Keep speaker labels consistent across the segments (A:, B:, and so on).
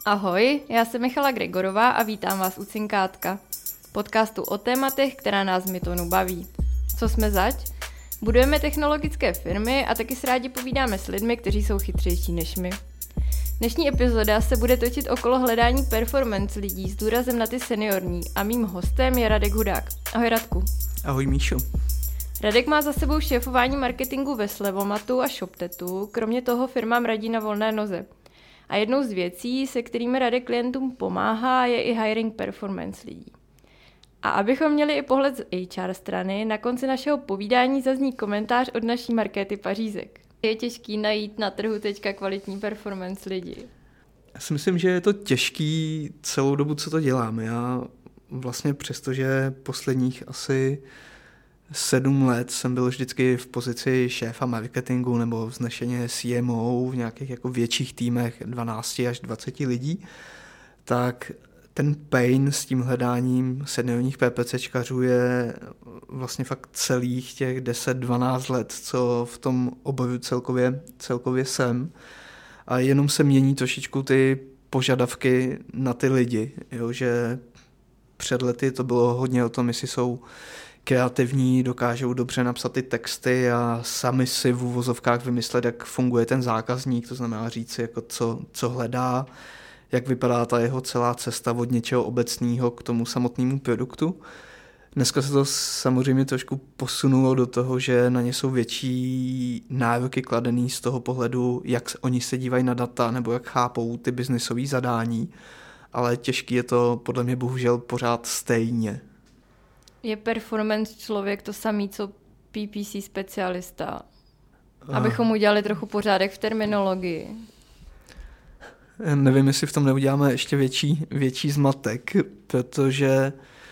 A: Ahoj, já jsem Michala Gregorová a vítám vás u Cinkátka, podcastu o tématech, která nás Mytonu baví. Co jsme zač? Budujeme technologické firmy a taky se rádi povídáme s lidmi, kteří jsou chytřejší než my. Dnešní epizoda se bude točit okolo hledání performance lidí s důrazem na ty seniorní a mým hostem je Radek Hudák. Ahoj Radku.
B: Ahoj Míšo.
A: Radek má za sebou šéfování marketingu ve Slevomatu a ShopTetu, kromě toho firmám radí na volné noze. A jednou z věcí, se kterými Radek klientům pomáhá, je i hiring performance lidí. A abychom měli i pohled z HR strany, na konci našeho povídání zazní komentář od naší Markéty Pařízek. Je těžký najít na trhu teďka kvalitní performance lidi?
B: Já si myslím, že je to těžký celou dobu, co to dělám. Já vlastně přestože posledních asi 7 let jsem byl vždycky v pozici šéfa marketingu nebo vznešeně CMO v nějakých jako větších týmech 12 až 20 lidí, tak ten pain s tím hledáním seniorních PPCčkařů je vlastně fakt celých těch 10-12 let, co v tom oboru celkově jsem. A jenom se mění trošičku ty požadavky na ty lidi, jo, že před lety to bylo hodně o tom, jestli jsou kreativní, dokážou dobře napsat ty texty a sami si v uvozovkách vymyslet, jak funguje ten zákazník, to znamená říct si, jako co hledá, jak vypadá ta jeho celá cesta od něčeho obecného k tomu samotnému produktu. Dneska se to samozřejmě trošku posunulo do toho, že na ně jsou větší nároky kladený z toho pohledu, jak oni se dívají na data nebo jak chápou ty biznisové zadání, ale těžký je to podle mě bohužel pořád stejně.
A: Je performance člověk to samý, co PPC specialista? Abychom udělali trochu pořádek v terminologii.
B: Nevím, jestli v tom neuděláme ještě větší zmatek, protože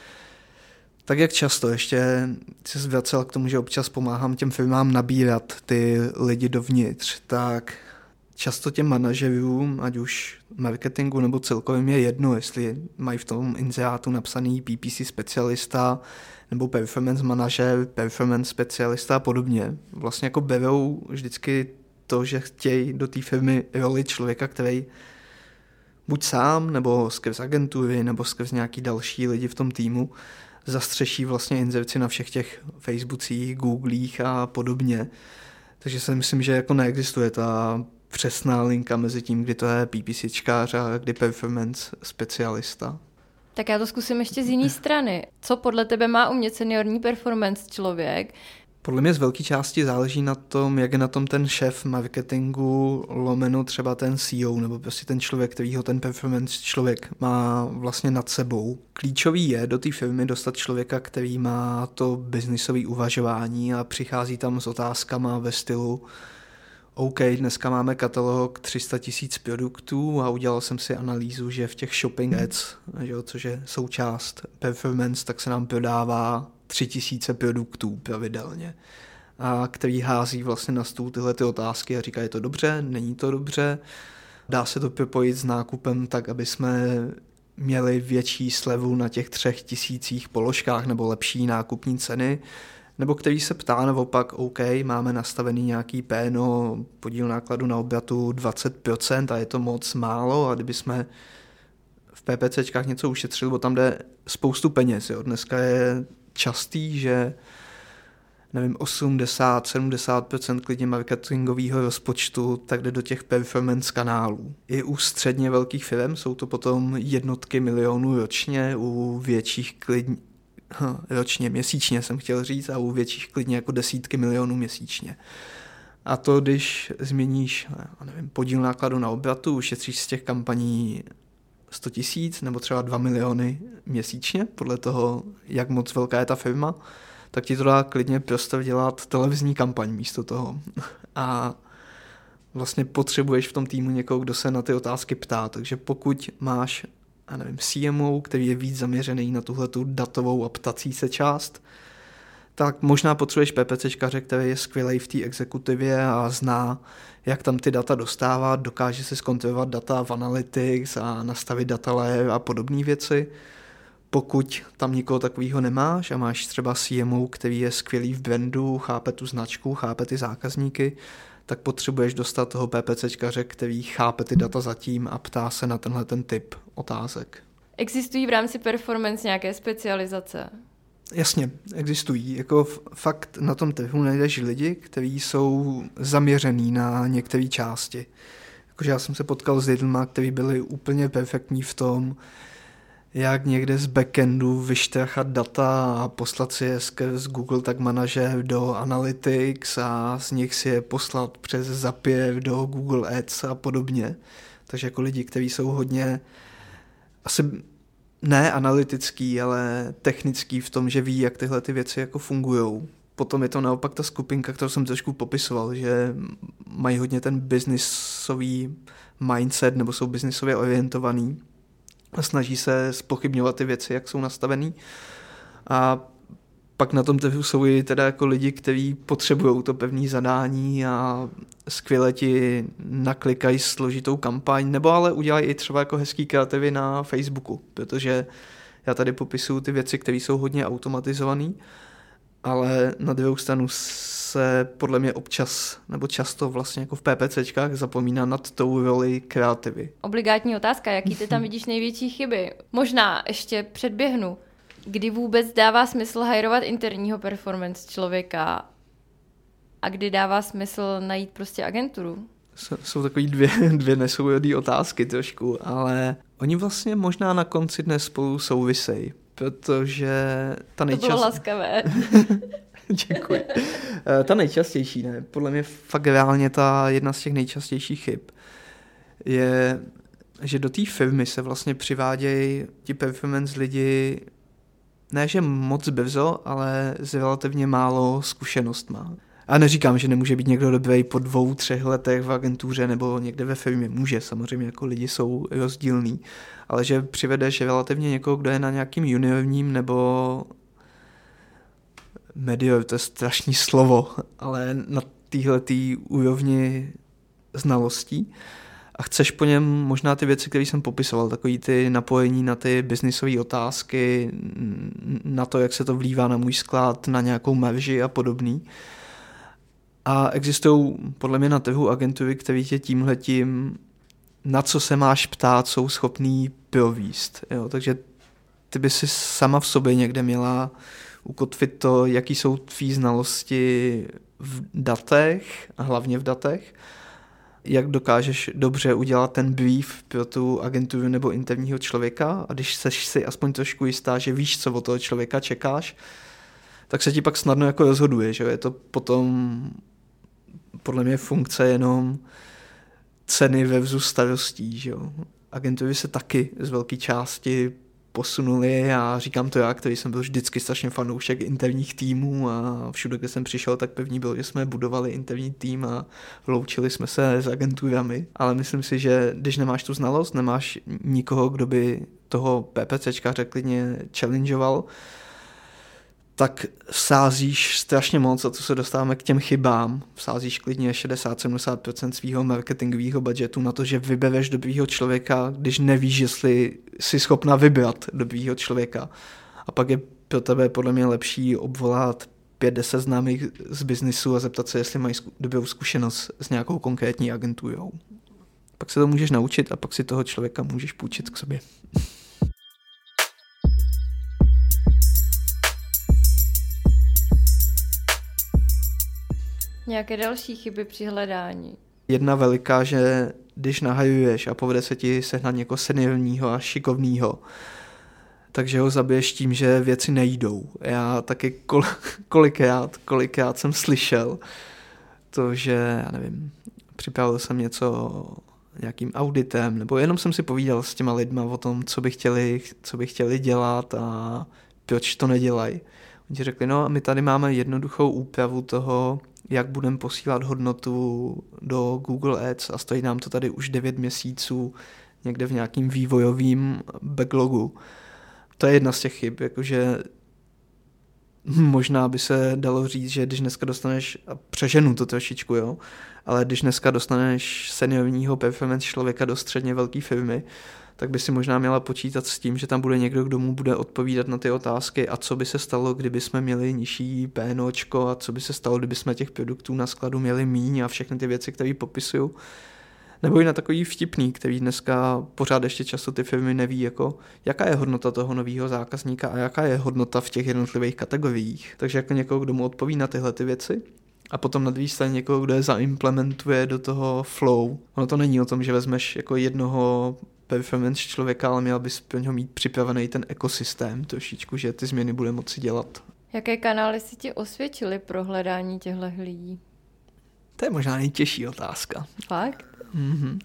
B: tak jak často ještě se zvracel k tomu, že občas pomáhám těm firmám nabírat ty lidi dovnitř, tak často těm manažerům, ať už marketingu nebo celkově je jedno, jestli mají v tom inzerátu napsaný PPC specialista nebo performance manažer, performance specialista a podobně. Vlastně jako berou vždycky to, že chtějí do té firmy roli člověka, který buď sám, nebo skrz agentury, nebo skrz nějaký další lidi v tom týmu zastřeší vlastně inzerci na všech těch Facebookích, Googlích a podobně. Takže si myslím, že jako neexistuje ta přesná linka mezi tím, kdy to je PPCčkář a kdy performance specialista.
A: Tak já to zkusím ještě z jiné strany. Co podle tebe má umět seniorní performance člověk?
B: Podle mě z velké části záleží na tom, jak je na tom ten šéf marketingu, lomeno třeba ten CEO, nebo prostě ten člověk, kterýho ten performance člověk má vlastně nad sebou. Klíčový je do té firmy dostat člověka, který má to biznisové uvažování a přichází tam s otázkama ve stylu OK, dneska máme katalog 300 000 produktů a udělal jsem si analýzu, že v těch shopping ads, což je součást performance, tak se nám prodává 3000 produktů pravidelně, a který hází vlastně na stůl tyhle ty otázky a říká, je to dobře, není to dobře, dá se to propojit s nákupem tak, aby jsme měli větší slevu na těch 3000 položkách nebo lepší nákupní ceny, nebo který se ptá naopak, OK, máme nastavený nějaký PNO, podíl nákladu na obratu 20% a je to moc málo a kdyby jsme v PPCčkách něco ušetřili, bo tam jde spoustu peněz. Jo. Dneska je častý, že 80-70% klidně marketingového rozpočtu tak jde do těch performance kanálů. I u středně velkých firm jsou to potom jednotky milionů ročně, u větších měsíčně jsem chtěl říct, a u větších klidně jako desítky milionů měsíčně. A to, když změníš podíl nákladu na obratu, ušetříš z těch kampaní 100 000 nebo třeba 2 miliony měsíčně, podle toho, jak moc velká je ta firma, tak ti to dá klidně prostor dělat televizní kampaň místo toho. A vlastně potřebuješ v tom týmu někoho, kdo se na ty otázky ptá. Takže pokud máš CMO, který je víc zaměřený na tuhletu datovou a ptací se část, tak možná potřebuješ PPCčkaře, který je skvělej v té exekutivě a zná, jak tam ty data dostávat, dokáže si zkontrolovat data v Analytics a nastavit data layer a podobné věci. Pokud tam nikoho takového nemáš a máš třeba CMO, který je skvělý v brandu, chápe tu značku, chápe ty zákazníky, tak potřebuješ dostat toho PPCčkaře, který chápe ty data zatím a ptá se na tenhle ten typ otázek.
A: Existují v rámci performance nějaké specializace?
B: Jasně, existují. Jako fakt na tom trhu najdeš lidi, kteří jsou zaměřený na některé části. Jakože já jsem se potkal s lidma, kteří byli úplně perfektní v tom, jak někde z backendu vyštrachat data a poslat si je skrz Google Tag Manager do Analytics a z nich si je poslat přes Zapier do Google Ads a podobně. Takže jako lidi, kteří jsou hodně asi ne analytický, ale technický v tom, že ví, jak tyhle ty věci jako fungujou. Potom je to naopak ta skupinka, kterou jsem trošku popisoval, že mají hodně ten businessový mindset nebo jsou businessově orientovaný a snaží se zpochybňovat ty věci, jak jsou nastavený. A pak na tom trhu jsou i teda jako lidi, kteří potřebují to pevné zadání a skvěle ti naklikají složitou kampaň, nebo ale udělají i třeba jako hezký kreativy na Facebooku, protože já tady popisuju ty věci, které jsou hodně automatizované, ale na druhou stranu se podle mě občas nebo často vlastně jako v PPCčkách zapomíná nad tou roli kreativy.
A: Obligátní otázka, jaký ty tam vidíš největší chyby? Možná ještě předběhnu. Kdy vůbec dává smysl hajrovat interního performance člověka a kdy dává smysl najít prostě agenturu?
B: Jsou takový dvě nesourodé otázky trošku, ale oni vlastně možná na konci dne spolu souvisejí, protože
A: To bylo laskavé.
B: Děkuji. Ta nejčastější, ne? Podle mě fakt reálně ta jedna z těch nejčastějších chyb je, že do té firmy se vlastně přivádějí ti performance lidi ne, že moc brzo, ale s relativně málo zkušenostma. A neříkám, že nemůže být někdo dobrý po 2-3 letech v agentuře nebo někde ve firmě. Může, samozřejmě jako lidi jsou rozdílní. Ale že přivedeš relativně někoho, kdo je na nějakým juniorním nebo medior, to je strašný slovo, ale na téhletý úrovni znalostí a chceš po něm možná ty věci, které jsem popisoval, takový ty napojení na ty biznisové otázky, na to, jak se to vlívá na můj sklad, na nějakou marži a podobný. A existují podle mě na trhu agentury, které tě tímhletím, na co se máš ptát, jsou schopný províst. Jo? Takže ty by si sama v sobě někde měla ukotvit to, jaký jsou tvý znalosti v datech a hlavně v datech, jak dokážeš dobře udělat ten brief pro tu agenturu nebo interního člověka a když seš si aspoň trošku jistá, že víš, co od toho člověka čekáš, tak se ti pak snadno jako rozhoduje, že je to potom podle mě funkce jenom ceny versus starostí, že jo. Agentury se taky z velké části posunuli a říkám to já, který jsem byl vždycky strašně fanoušek interních týmů a všude, kde jsem přišel, tak pevný bylo, že jsme budovali interní tým a loučili jsme se s agenturami, ale myslím si, že když nemáš tu znalost, nemáš nikoho, kdo by toho PPCčka klidně challengeoval, tak vsázíš strašně moc a to se dostáváme k těm chybám. Vsázíš klidně 60-70% svého marketingového budgetu na to, že vybereš dobrýho člověka, když nevíš, jestli jsi schopna vybrat dobrýho člověka. A pak je pro tebe podle mě lepší obvolat 5-10 známých z biznisu a zeptat se, jestli mají dobrou zkušenost s nějakou konkrétní agenturou. Pak se to můžeš naučit a pak si toho člověka můžeš půjčit k sobě.
A: Nějaké další chyby při hledání?
B: Jedna veliká, že když nahajuješ a povede se ti sehnat někoho seniorního a šikovného, takže ho zabiješ tím, že věci nejdou. Já taky kolikrát jsem slyšel to, že, já nevím, připravil jsem něco nějakým auditem, nebo jenom jsem si povídal s těma lidma o tom, co by chtěli dělat a proč to nedělají. Oni ti řekli, no my tady máme jednoduchou úpravu toho, jak budeme posílat hodnotu do Google Ads a stojí nám to tady už 9 měsíců někde v nějakým vývojovým backlogu. To je jedna z těch chyb, jakože Možná by se dalo říct, že když dneska dostaneš, a přeženu to trošičku, jo, ale když dneska dostaneš seniorního performance člověka do středně velké firmy, tak by si možná měla počítat s tím, že tam bude někdo, kdo mu bude odpovídat na ty otázky a co by se stalo, kdyby jsme měli nižší PNOčko a co by se stalo, kdyby jsme těch produktů na skladu měli míň a všechny ty věci, které popisují. Nebo i na takový vtipný, který dneska pořád ještě často ty firmy neví, jako jaká je hodnota toho nového zákazníka a jaká je hodnota v těch jednotlivých kategoriích. Takže jako někoho, kdo mu odpoví na tyhle ty věci a potom na druhé straně někoho, kdo je zaimplementuje do toho flow. Ono to není o tom, že vezmeš jako jednoho performance člověka, ale měl bys pro něho mít připravený ten ekosystém trošičku, že ty změny bude moci dělat.
A: Jaké kanály si ti osvědčily pro hledání těchto lidí?
B: To je možná nejtěžší otázka.
A: Fakt?
B: Mhm.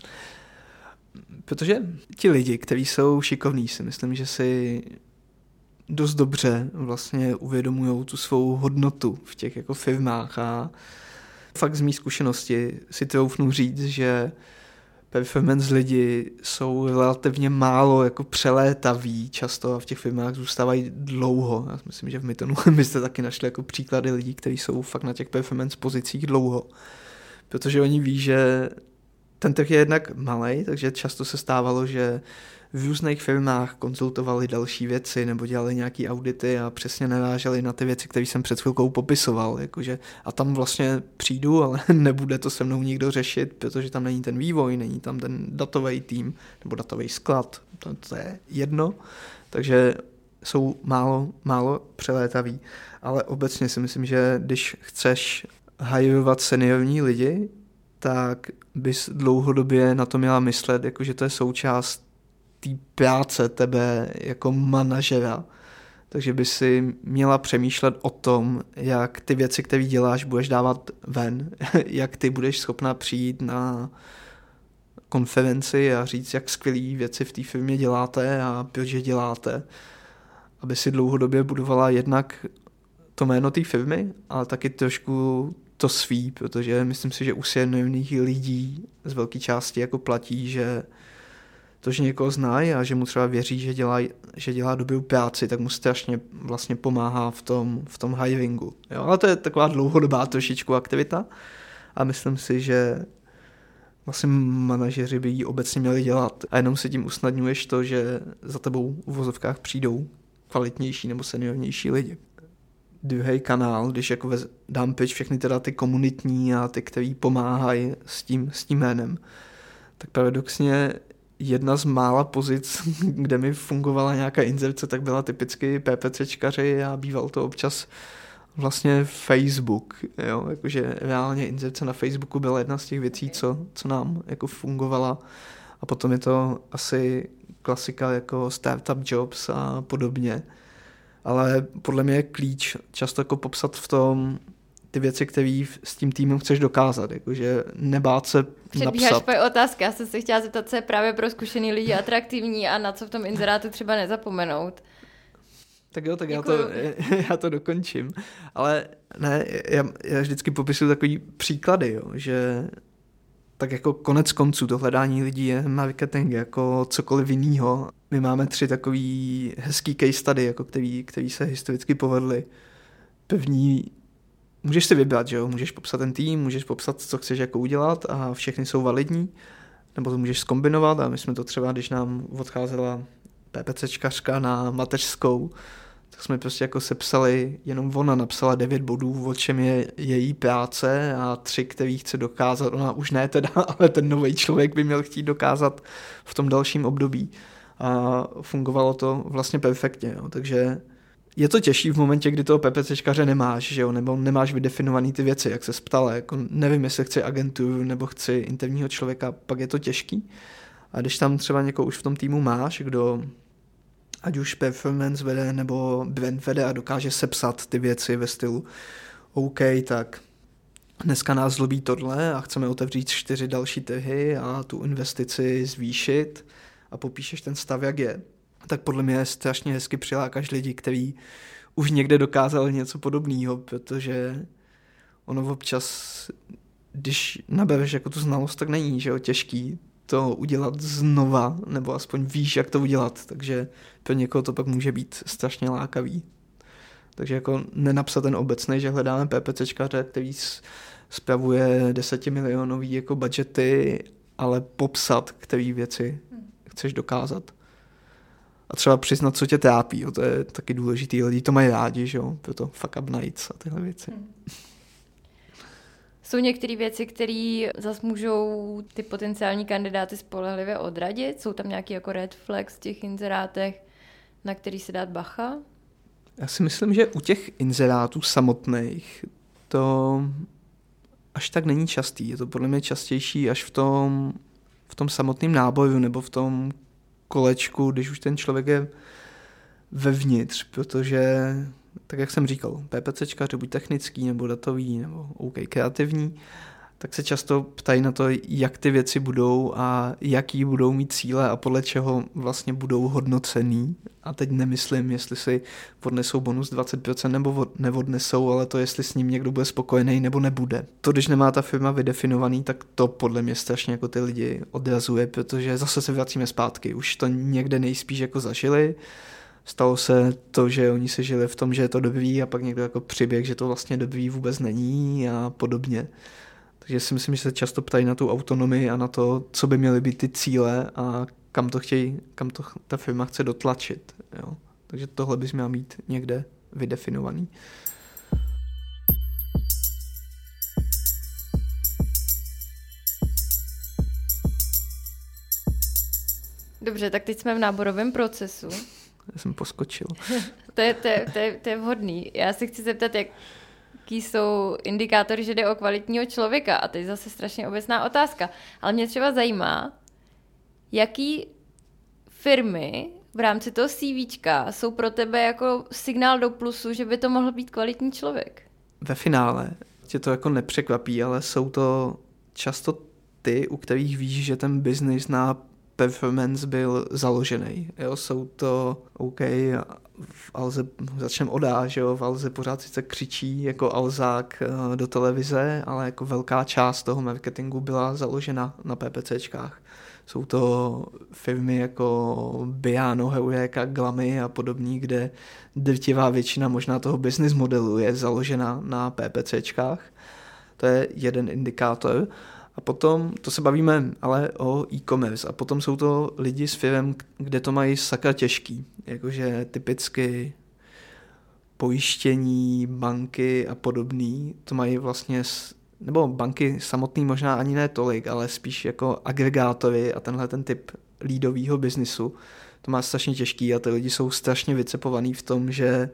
B: Protože ti lidi, kteří jsou šikovní, si myslím, že si dost dobře vlastně uvědomují tu svou hodnotu v těch jako firmách a fakt z mý zkušenosti si troufnu říct, že performance lidi jsou relativně málo jako přelétaví často a v těch firmách zůstávají dlouho. Já myslím, že v Mytonu byste taky našli jako příklady lidí, kteří jsou fakt na těch performance pozicích dlouho. Protože oni ví, že ten trh je jednak malej, takže často se stávalo, že v různých firmách konzultovali další věci nebo dělali nějaký audity a přesně naráželi na ty věci, které jsem před chvilkou popisoval. Jakože, a tam vlastně přijdu, ale nebude to se mnou nikdo řešit, protože tam není ten vývoj, není tam ten datový tým nebo datový sklad. To je jedno. Takže jsou málo přelétaví. Ale obecně si myslím, že když chceš hajovat seniorní lidi, tak bys dlouhodobě na to měla myslet, jakože to je součást té práce tebe jako manažera. Takže by si měla přemýšlet o tom, jak ty věci, které děláš, budeš dávat ven, jak ty budeš schopná přijít na konferenci a říct, jak skvělý věci v té firmě děláte a proč je děláte. Aby si dlouhodobě budovala jednak to jméno té firmy, ale taky trošku to svý, protože myslím si, že u seniorních lidí z velké části jako platí, že to, že někoho znají a že mu třeba věří, že dělá dobrou práci, tak mu strašně vlastně pomáhá v tom hiringu. Jo? Ale to je taková dlouhodobá trošičku aktivita a myslím si, že vlastně manažeři by ji obecně měli dělat. A jenom si tím usnadňuješ to, že za tebou v uvozovkách přijdou kvalitnější nebo seniornější lidi. Druhý kanál, když jako dám pryč všechny teda ty komunitní a ty, který pomáhají s tím jménem, tak paradoxně jedna z mála pozic, kde mi fungovala nějaká inzerce, tak byla typicky PPCčkaři a býval to občas vlastně Facebook. Jo? Jakože reálně inzerce na Facebooku byla jedna z těch věcí, co nám jako fungovala. A potom je to asi klasika jako startup jobs a podobně. Ale podle mě je klíč často jako popsat v tom ty věci, které s tím týmem chceš dokázat, jakože nebát se
A: Předbíháš
B: napsat.
A: tvoje otázky, já jsem se chtěla zeptat, co je právě pro zkušený lidi atraktivní a na co v tom inzerátu třeba nezapomenout.
B: Tak jo, tak já to dokončím. Ale ne, já vždycky popisuju takový příklady, jo, že tak jako konec konců to hledání lidí je marketing jako cokoliv jinýho. My máme 3 takový hezký case study, jako který se historicky povedly. První, můžeš si vybrat, že jo? Můžeš popsat ten tým, můžeš popsat, co chceš jako udělat a všechny jsou validní, nebo to můžeš zkombinovat a my jsme to třeba, když nám odcházela PPCčkařka na mateřskou, tak jsme prostě jako sepsali, jenom ona napsala 9 bodů, o čem je její práce a 3, který chce dokázat, ona už ne teda, ale ten nový člověk by měl chtít dokázat v tom dalším období. A fungovalo to vlastně perfektně, jo. Takže je to těžší v momentě, kdy toho PPCčkaře nemáš, že jo, nebo nemáš vydefinovaný ty věci, jak se ptala, jako nevím, jestli chci agenturu nebo chci interního člověka, pak je to těžký. A když tam třeba někoho už v tom týmu máš, kdo ať už performance vede nebo brand vede a dokáže sepsat ty věci ve stylu OK, tak dneska nás zlobí tohle a chceme otevřít 4 další trhy a tu investici zvýšit a popíšeš ten stav, jak je, tak podle mě strašně hezky přilákáš lidi, kteří už někde dokázali něco podobného, protože ono občas, když nabereš jako tu znalost, tak není, že jo, těžký to udělat znova, nebo aspoň víš, jak to udělat, takže pro někoho to pak může být strašně lákavý. Takže jako nenapsat ten obecný, že hledáme PPCčkaře, který spravuje 10milionový jako budgety, ale popsat, který věci chceš dokázat. A třeba přiznat, co tě trápí, jo, to je taky důležitý. Lidi to mají rádi, že jo, proto fuck up nights a tyhle věci.
A: Jsou některé věci, které zase můžou ty potenciální kandidáty spolehlivě odradit? Jsou tam nějaký jako red flags v těch inzerátech, na který se dát bacha?
B: Já si myslím, že u těch inzerátů samotných to až tak není častý. Je to podle mě častější až v tom samotném náboju nebo v tom kolečku, když už ten člověk je vevnitř, protože, tak jak jsem říkal, PPCčkaři, buď technický, nebo datový, nebo OK, kreativní, tak se často ptají na to, jak ty věci budou a jaký budou mít cíle a podle čeho vlastně budou hodnocený. A teď nemyslím, jestli si odnesou bonus 20% nebo neodnesou, ale to, jestli s ním někdo bude spokojený nebo nebude. To, když nemá ta firma vydefinovaný, tak to podle mě strašně jako ty lidi odrazuje, protože zase se vracíme zpátky. Už to někde nejspíš jako zažili. Stalo se to, že oni se žili v tom, že je to dobrý a pak někdo jako přiběh, že to vlastně dobrý vůbec není a podobně. Takže si myslím, že se často ptají na tu autonomii a na to, co by měly být ty cíle a kam to ta firma chce dotlačit. Jo. Takže tohle bys měl mít někde vydefinovaný.
A: Dobře, tak teď jsme v náborovém procesu.
B: Já jsem poskočil.
A: To je vhodný. Já se chci zeptat, jaký jsou indikátory, že jde o kvalitního člověka. A teď zase strašně obecná otázka. Ale mě třeba zajímá, jaký firmy v rámci toho CVčka jsou pro tebe jako signál do plusu, že by to mohl být kvalitní člověk.
B: Ve finále tě to jako nepřekvapí, ale jsou to často ty, u kterých víš, že ten biznis na performance byl založený. Jo, jsou to OK, v Alze začneme od A, že jo, v Alze pořád sice křičí jako Alzák do televize, ale jako velká část toho marketingu byla založena na PPCčkách. Jsou to firmy jako Biano, Heureka, Glamy a podobní, kde drtivá většina možná toho business modelu je založena na PPCčkách. To je jeden indikátor. A potom, to se bavíme ale o e-commerce, a potom jsou to lidi s firem, kde to mají sakra těžký, jakože typicky pojištění, banky a podobný, to mají vlastně, nebo banky samotný možná ani ne tolik, ale spíš jako agregátory a tenhle ten typ leadového biznisu, to má strašně těžký a ty lidi jsou strašně vycepovaný v tom, že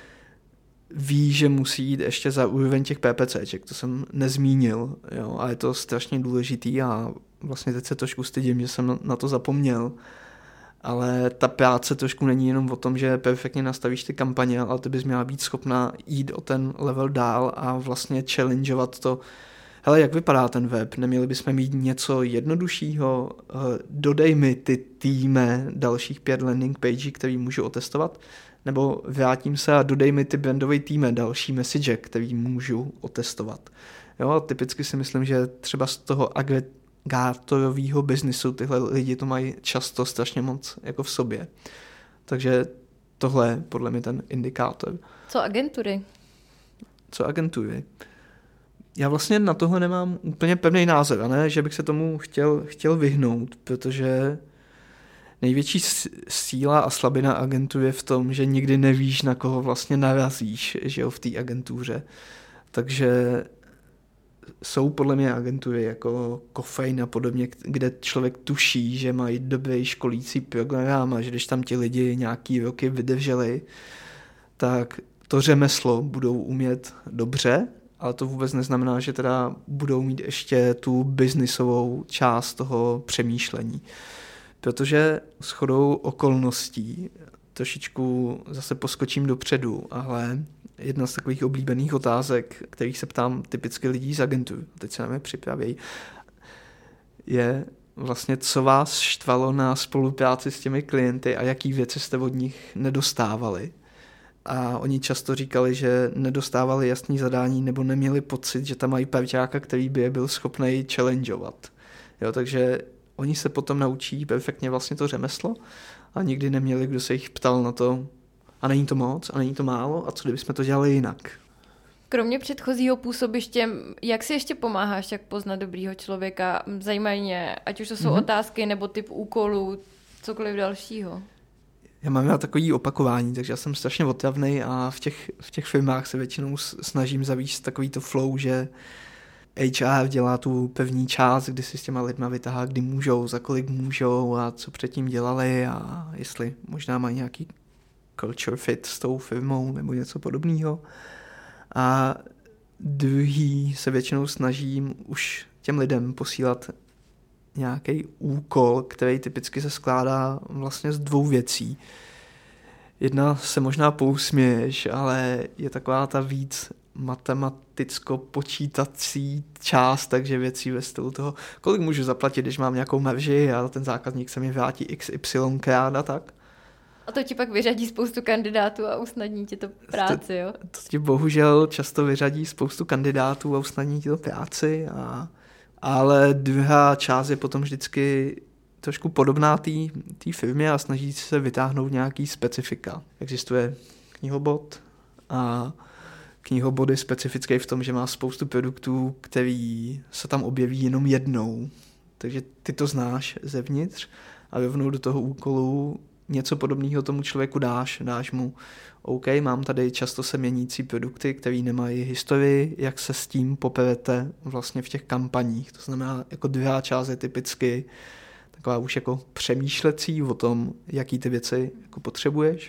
B: ví, že musí jít ještě za úroveň těch PPCček, to jsem nezmínil, jo, a je to strašně důležitý a vlastně teď se trošku stydím, že jsem na to zapomněl, ale ta práce trošku není jenom o tom, že perfektně nastavíš ty kampaně, ale ty bys měla být schopná jít o ten level dál a vlastně challengeovat to. Hele, jak vypadá ten web? Neměli bychom mít něco jednoduššího? Dodej mi ty týmy dalších 5 landing page, který můžu otestovat? Nebo vrátím se a dodej mi ty brandové týmy další message, který můžu otestovat. Jo, a typicky si myslím, že třeba z toho agregátorového biznisu tyhle lidi to mají často strašně moc jako v sobě. Takže tohle je podle mě ten indikátor.
A: Co agentury?
B: Já vlastně na tohle nemám úplně pevný názor, a ne, že bych se tomu chtěl vyhnout, protože největší síla a slabina agentury je v tom, že nikdy nevíš, na koho vlastně narazíš, že jo, v té agentuře. Takže jsou podle mě agentury jako Kofein a podobně, kde člověk tuší, že mají dobrý školící program a že když tam ti lidi nějaký roky vydrželi, tak to řemeslo budou umět dobře, ale to vůbec neznamená, že teda budou mít ještě tu biznisovou část toho přemýšlení. Protože shodou okolností trošičku zase poskočím dopředu, ale jedna z takových oblíbených otázek, kterých se ptám typicky lidí z agentur, teď se na mě připraví, je vlastně, co vás štvalo na spolupráci s těmi klienty a jaký věci jste od nich nedostávali. A oni často říkali, že nedostávali jasný zadání nebo neměli pocit, že tam mají parťáka, který by je byl schopný challengeovat. Jo, takže oni se potom naučí perfektně vlastně to řemeslo a nikdy neměli, kdo se jich ptal na to, a není to moc a není to málo a co kdybychom to dělali jinak.
A: Kromě předchozího působiště, jak si ještě pomáháš, jak poznat dobrýho člověka? Zajímají mě, ať už to jsou otázky nebo typ úkolů, cokoliv dalšího.
B: Já mám na takový opakování, takže já jsem strašně otravnej a v těch filmách se většinou snažím zavíst takový to flow, že HR dělá tu pevní část, kdy si s těma lidma vytahá, kdy můžou, za kolik můžou a co předtím dělali a jestli možná mají nějaký culture fit s tou firmou nebo něco podobného. A druhý se většinou snažím už těm lidem posílat nějaký úkol, který typicky se skládá vlastně z 2 věcí. Jedna se možná pousměješ, ale je taková ta víc matematicko-počítací část, takže věcí ve stylu toho, kolik můžu zaplatit, když mám nějakou marži a ten zákazník se mi vrátí XY krát a tak.
A: A to ti pak vyřadí spoustu kandidátů a usnadní ti to práci, jo?
B: To ti bohužel často vyřadí spoustu kandidátů a usnadní ti to práci, ale druhá část je potom vždycky trošku podobná té firmě a snaží se vytáhnout nějaký specifika. Existuje knihobot a knihobot je specifický v tom, že má spoustu produktů, který se tam objeví jenom jednou. Takže ty to znáš zevnitř a rovnou do toho úkolu něco podobného tomu člověku dáš mu OK, mám tady často se měnící produkty, které nemají historii, jak se s tím poperete vlastně v těch kampaních. To znamená, jako druhá část je typicky taková už jako přemýšlecí o tom, jaký ty věci jako potřebuješ.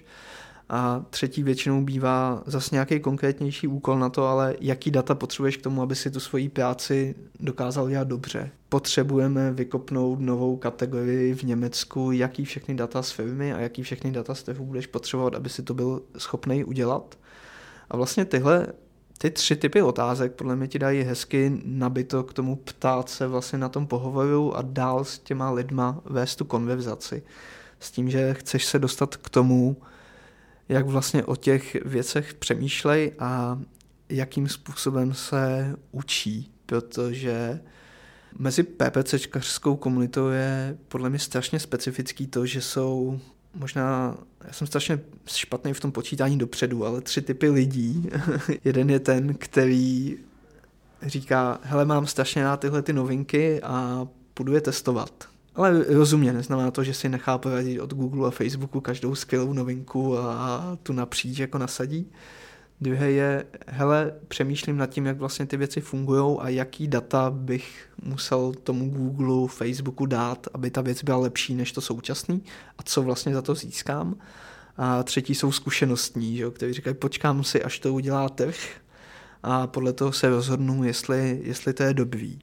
B: A třetí většinou bývá zase nějaký konkrétnější úkol na to, ale jaký data potřebuješ k tomu, aby si tu svoji práci dokázal dělat dobře. Potřebujeme vykopnout novou kategorii v Německu, jaký všechny data z firmy a jaký všechny data z trhu budeš potřebovat, aby si to byl schopný udělat. A vlastně ty 3 typy otázek podle mě ti dají hezky nabito k tomu ptát se vlastně na tom pohovoru a dál s těma lidma vést tu konverzaci. S tím, že chceš se dostat k tomu, jak vlastně o těch věcech přemýšlej a jakým způsobem se učí, protože mezi PPCčkařskou komunitou je podle mě strašně specifický to, že jsou možná, já jsem strašně špatný v tom počítání dopředu, ale 3 typy lidí. Jeden je ten, který říká, hele, mám strašně rád tyhle ty novinky a půjdu je testovat. Ale rozumně, neznamená to, že si nechá poradit od Google a Facebooku každou skvělou novinku a tu napříč jako nasadí. Druhý je, hele, přemýšlím nad tím, jak vlastně ty věci fungují a jaký data bych musel tomu Google, Facebooku dát, aby ta věc byla lepší než to současný a co vlastně za to získám. A třetí jsou zkušenostní, že, kteří říkají, počkám si, až to udělá trh a podle toho se rozhodnu, jestli to je dobrý.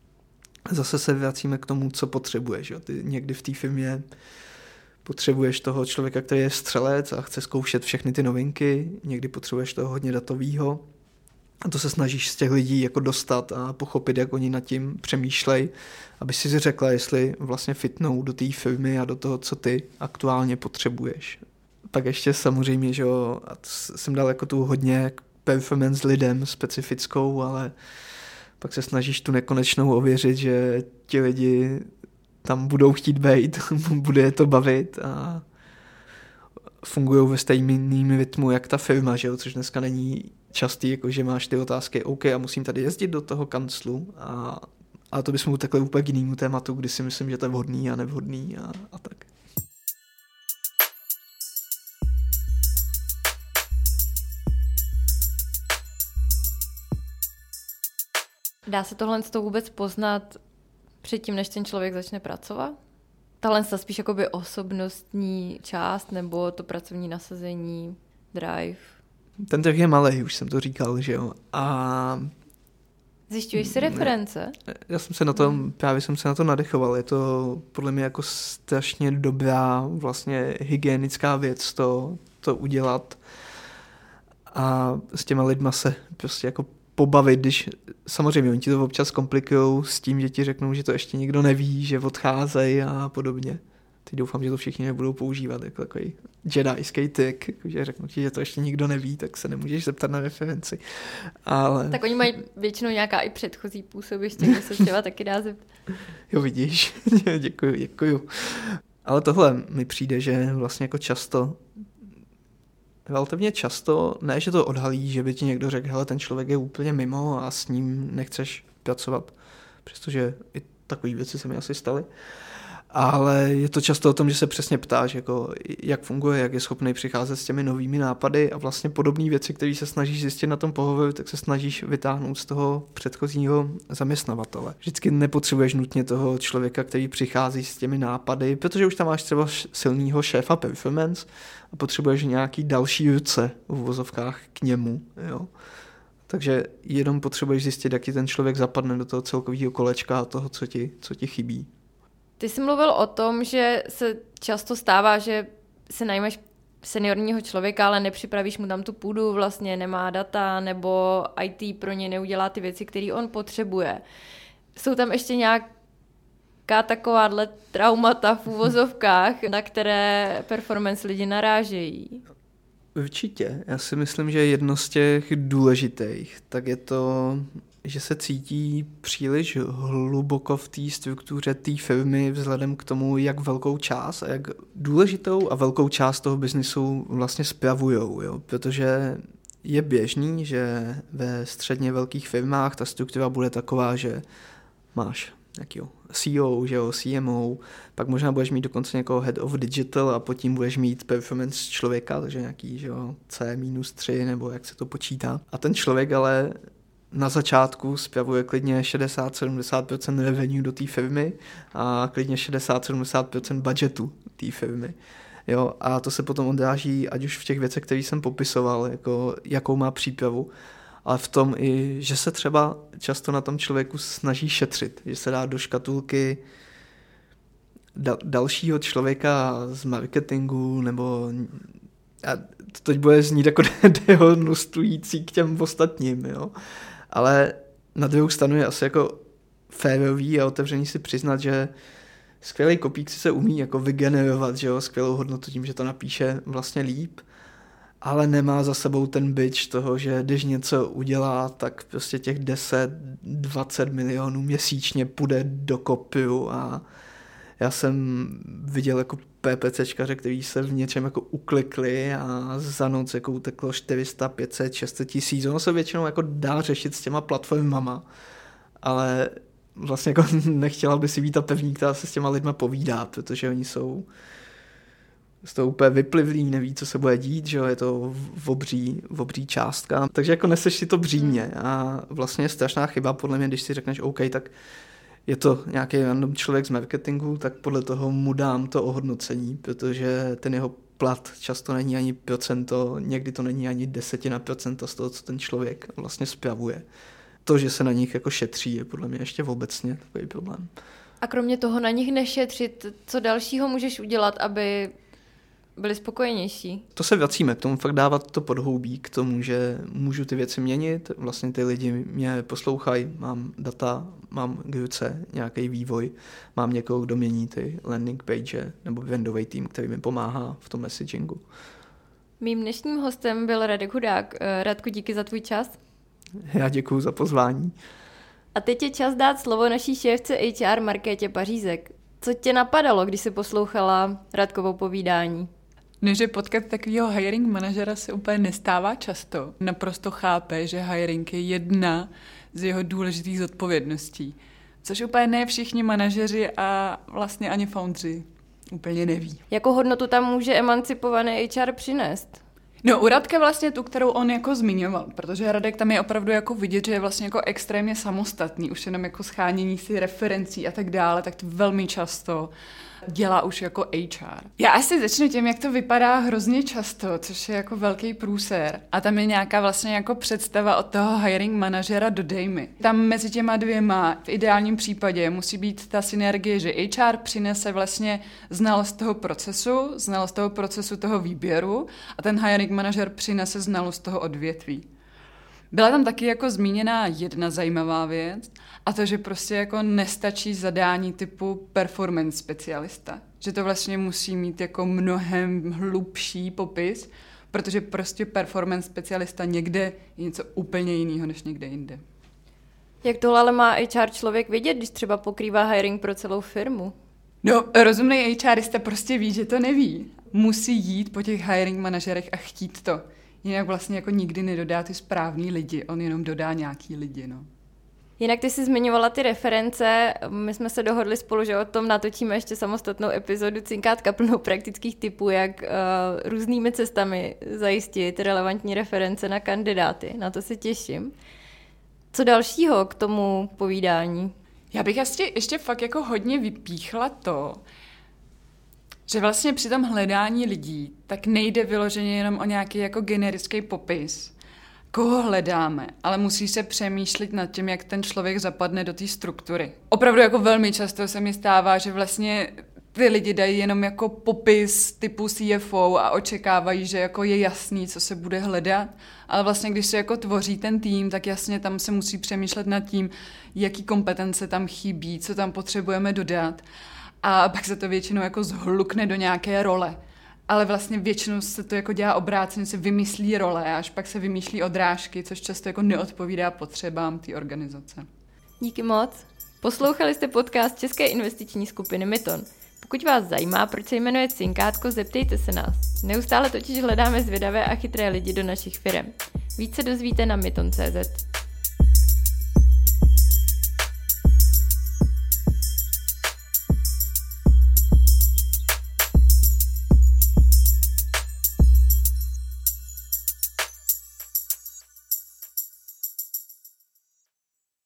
B: Zase se vracíme k tomu, co potřebuješ. Jo. Ty někdy v té firmě potřebuješ toho člověka, který je střelec a chce zkoušet všechny ty novinky, někdy potřebuješ toho hodně datovýho a to se snažíš z těch lidí jako dostat a pochopit, jak oni nad tím přemýšlej, aby si řekla, jestli vlastně fitnou do té firmy a do toho, co ty aktuálně potřebuješ. Pak ještě samozřejmě, že jo, jsem dal jako tu hodně performance lidem specifickou, ale pak se snažíš tu nekonečnou ověřit, že ti lidi tam budou chtít být, bude je to bavit a fungují ve stejným rytmu, jak ta firma, že jo? Což dneska není častý, jako že máš ty otázky, OK, a musím tady jezdit do toho kanclu a to bychom takhle úplně k jinému tématu, kdy si myslím, že to je vhodný a nevhodný a tak.
A: Dá se tohle vůbec poznat předtím, než ten člověk začne pracovat? Tahle spíš jakoby osobnostní část nebo to pracovní nasazení, drive?
B: Ten trh je malej, už jsem to říkal, že jo. A
A: zjišťuješ si reference?
B: Já jsem se na to, právě jsem se na to nadechoval. Je to podle mě jako strašně dobrá vlastně hygienická věc to udělat a s těma lidma se prostě jako pobavit, když samozřejmě oni ti to občas komplikujou s tím, že ti řeknou, že to ještě nikdo neví, že odcházejí a podobně. Teď doufám, že to všichni nebudou používat jako takový jedajský trik, že řeknou ti, že to ještě nikdo neví, tak se nemůžeš zeptat na referenci. Ale...
A: Tak oni mají většinou nějaká i předchozí působiště, kde se třeba taky dá zeptat.
B: Jo, vidíš, děkuju. Ale tohle mi přijde, že vlastně jako často relativně často, ne, že to odhalí, že by ti někdo řekl, hele, ten člověk je úplně mimo a s ním nechceš pracovat, přestože i takové věci se mi asi staly. Ale je to často o tom, že se přesně ptáš, jako, jak funguje, jak je schopný přicházet s těmi novými nápady a vlastně podobné věci, které se snažíš zjistit na tom pohovoru, tak se snažíš vytáhnout z toho předchozího zaměstnavatele. Vždycky nepotřebuješ nutně toho člověka, který přichází s těmi nápady, protože už tam máš třeba silného šéfa performance a potřebuješ nějaký další ruce v uvozovkách k němu. Jo? Takže jenom potřebuješ zjistit, jak ti ten člověk zapadne do toho celkového kolečka a toho, co ti chybí.
A: Ty jsi mluvil o tom, že se často stává, že se najmeš seniorního člověka, ale nepřipravíš mu tam tu půdu, vlastně nemá data, nebo IT pro něj neudělá ty věci, které on potřebuje. Jsou tam ještě nějaká takováhle traumata v úvozovkách, na které performance lidi narážejí?
B: Určitě. Já si myslím, že jedno z těch důležitých, tak je to, že se cítí příliš hluboko v té struktuře té firmy vzhledem k tomu, jak velkou část a jak důležitou a velkou část toho biznisu vlastně spravujou. Jo? Protože je běžný, že ve středně velkých firmách ta struktura bude taková, že máš nějakýho CEO, že jo, CMO, pak možná budeš mít dokonce někoho head of digital a pod tím budeš mít performance člověka, takže nějaký, že jo, C-3 nebo jak se to počítá. A ten člověk ale na začátku spravuje klidně 60-70% revenue do té firmy a klidně 60-70% budgetu té firmy. Jo, a to se potom odráží ať už v těch věcech, které jsem popisoval, jako jakou má přípravu, ale v tom i, že se třeba často na tom člověku snaží šetřit, že se dá do škatulky dalšího člověka z marketingu, nebo a to teď bude znít jako dehonestující k těm ostatním, jo. Ale na druhou stranu je asi jako férový a otevřený si přiznat, že skvělý kopík si se umí jako vygenerovat, že jo, skvělou hodnotu tím, že to napíše vlastně líp, ale nemá za sebou ten bič toho, že když něco udělá, tak prostě těch 10-20 milionů měsíčně půjde do kopiu a já jsem viděl jako PPCčkaře, který se v něčem jako uklikli a za noc jako uteklo 400, 500, 600 tisíc. Ono se většinou jako dá řešit s těma platformama, ale vlastně jako nechtěla by si být ta pevní, která se s těma lidma povídá, protože oni jsou z toho úplně vyplivlí, neví, co se bude dít, že jo, je to obří částka. Takže jako neseš si to břímě a vlastně je strašná chyba, podle mě, když si řekneš OK, tak je to nějaký random člověk z marketingu, tak podle toho mu dám to ohodnocení, protože ten jeho plat často není ani procento, někdy to není ani 10% z toho, co ten člověk vlastně spravuje. To, že se na nich jako šetří, je podle mě ještě obecně takový problém.
A: A kromě toho na nich nešetřit, co dalšího můžeš udělat, aby byli spokojenější?
B: To se vracíme k tomu, fakt dávat to podhoubí k tomu, že můžu ty věci měnit, vlastně ty lidi mě poslouchají, mám data, mám k ruce nějaký vývoj, mám někoho, kdo mění ty landing page nebo vendový tým, který mi pomáhá v tom messagingu.
A: Mým dnešním hostem byl Radek Hudák. Radku, díky za tvůj čas.
B: Já děkuju za pozvání.
A: A teď je čas dát slovo naší šéfce HR Markétě Pařízek. Co tě napadalo, když jsi poslouchala Radkovo povídání?
C: Že potkat takového hiring manažera se úplně nestává často. Naprosto chápe, že hiring je jedna z jeho důležitých zodpovědností. Což úplně ne všichni manažeři a vlastně ani foundři úplně neví.
A: Jakou hodnotu tam může emancipovaný HR přinést?
C: No u Radka vlastně tu, kterou on jako zmiňoval, protože Radek tam je opravdu jako vidět, že je vlastně jako extrémně samostatný, už jenom jako schánění si referencí a tak dále, tak to velmi často dělá už jako HR. Já asi začnu tím, jak to vypadá hrozně často, což je jako velký průser. A tam je nějaká vlastně jako představa od toho hiring manažera dodej mi. Tam mezi těma dvěma v ideálním případě musí být ta synergie, že HR přinese vlastně znalost toho procesu toho výběru a ten hiring manažer přinese znalost toho odvětví. Byla tam taky jako zmíněná jedna zajímavá věc a to, že prostě jako nestačí zadání typu performance specialista. Že to vlastně musí mít jako mnohem hlubší popis, protože prostě performance specialista někde je něco úplně jiného než někde jinde.
A: Jak tohle ale má HR člověk vědět, když třeba pokrývá hiring pro celou firmu?
C: No, rozumnej HRista prostě ví, že to neví. Musí jít po těch hiring manažerech a chtít to. Jinak vlastně jako nikdy nedodá ty správný lidi, on jenom dodá nějaký lidi, no.
A: Jinak ty jsi zmiňovala ty reference, my jsme se dohodli spolu, že o tom natočíme ještě samostatnou epizodu Cinkátka plnou praktických tipů, jak různými cestami zajistit relevantní reference na kandidáty. Na to se těším. Co dalšího k tomu povídání?
C: Já bych ještě fakt jako hodně vypíchla to, že vlastně při tom hledání lidí tak nejde vyloženě jenom o nějaký jako generický popis, koho hledáme, ale musí se přemýšlet nad tím, jak ten člověk zapadne do té struktury. Opravdu jako velmi často se mi stává, že vlastně ty lidi dají jenom jako popis typu CFO a očekávají, že jako je jasný, co se bude hledat, ale vlastně když se jako tvoří ten tým, tak jasně tam se musí přemýšlet nad tím, jaký kompetence tam chybí, co tam potřebujeme dodat a pak se to většinou jako zhlukne do nějaké role. Ale vlastně většinou se to jako dělá obráceně, se vymyslí role a až pak se vymýšlí odrážky, což často jako neodpovídá potřebám té organizace.
A: Díky moc. Poslouchali jste podcast České investiční skupiny Myton. Pokud vás zajímá, proč se jmenuje Cinkátko, zeptejte se nás. Neustále totiž hledáme zvědavé a chytré lidi do našich firem. Více dozvíte na myton.cz.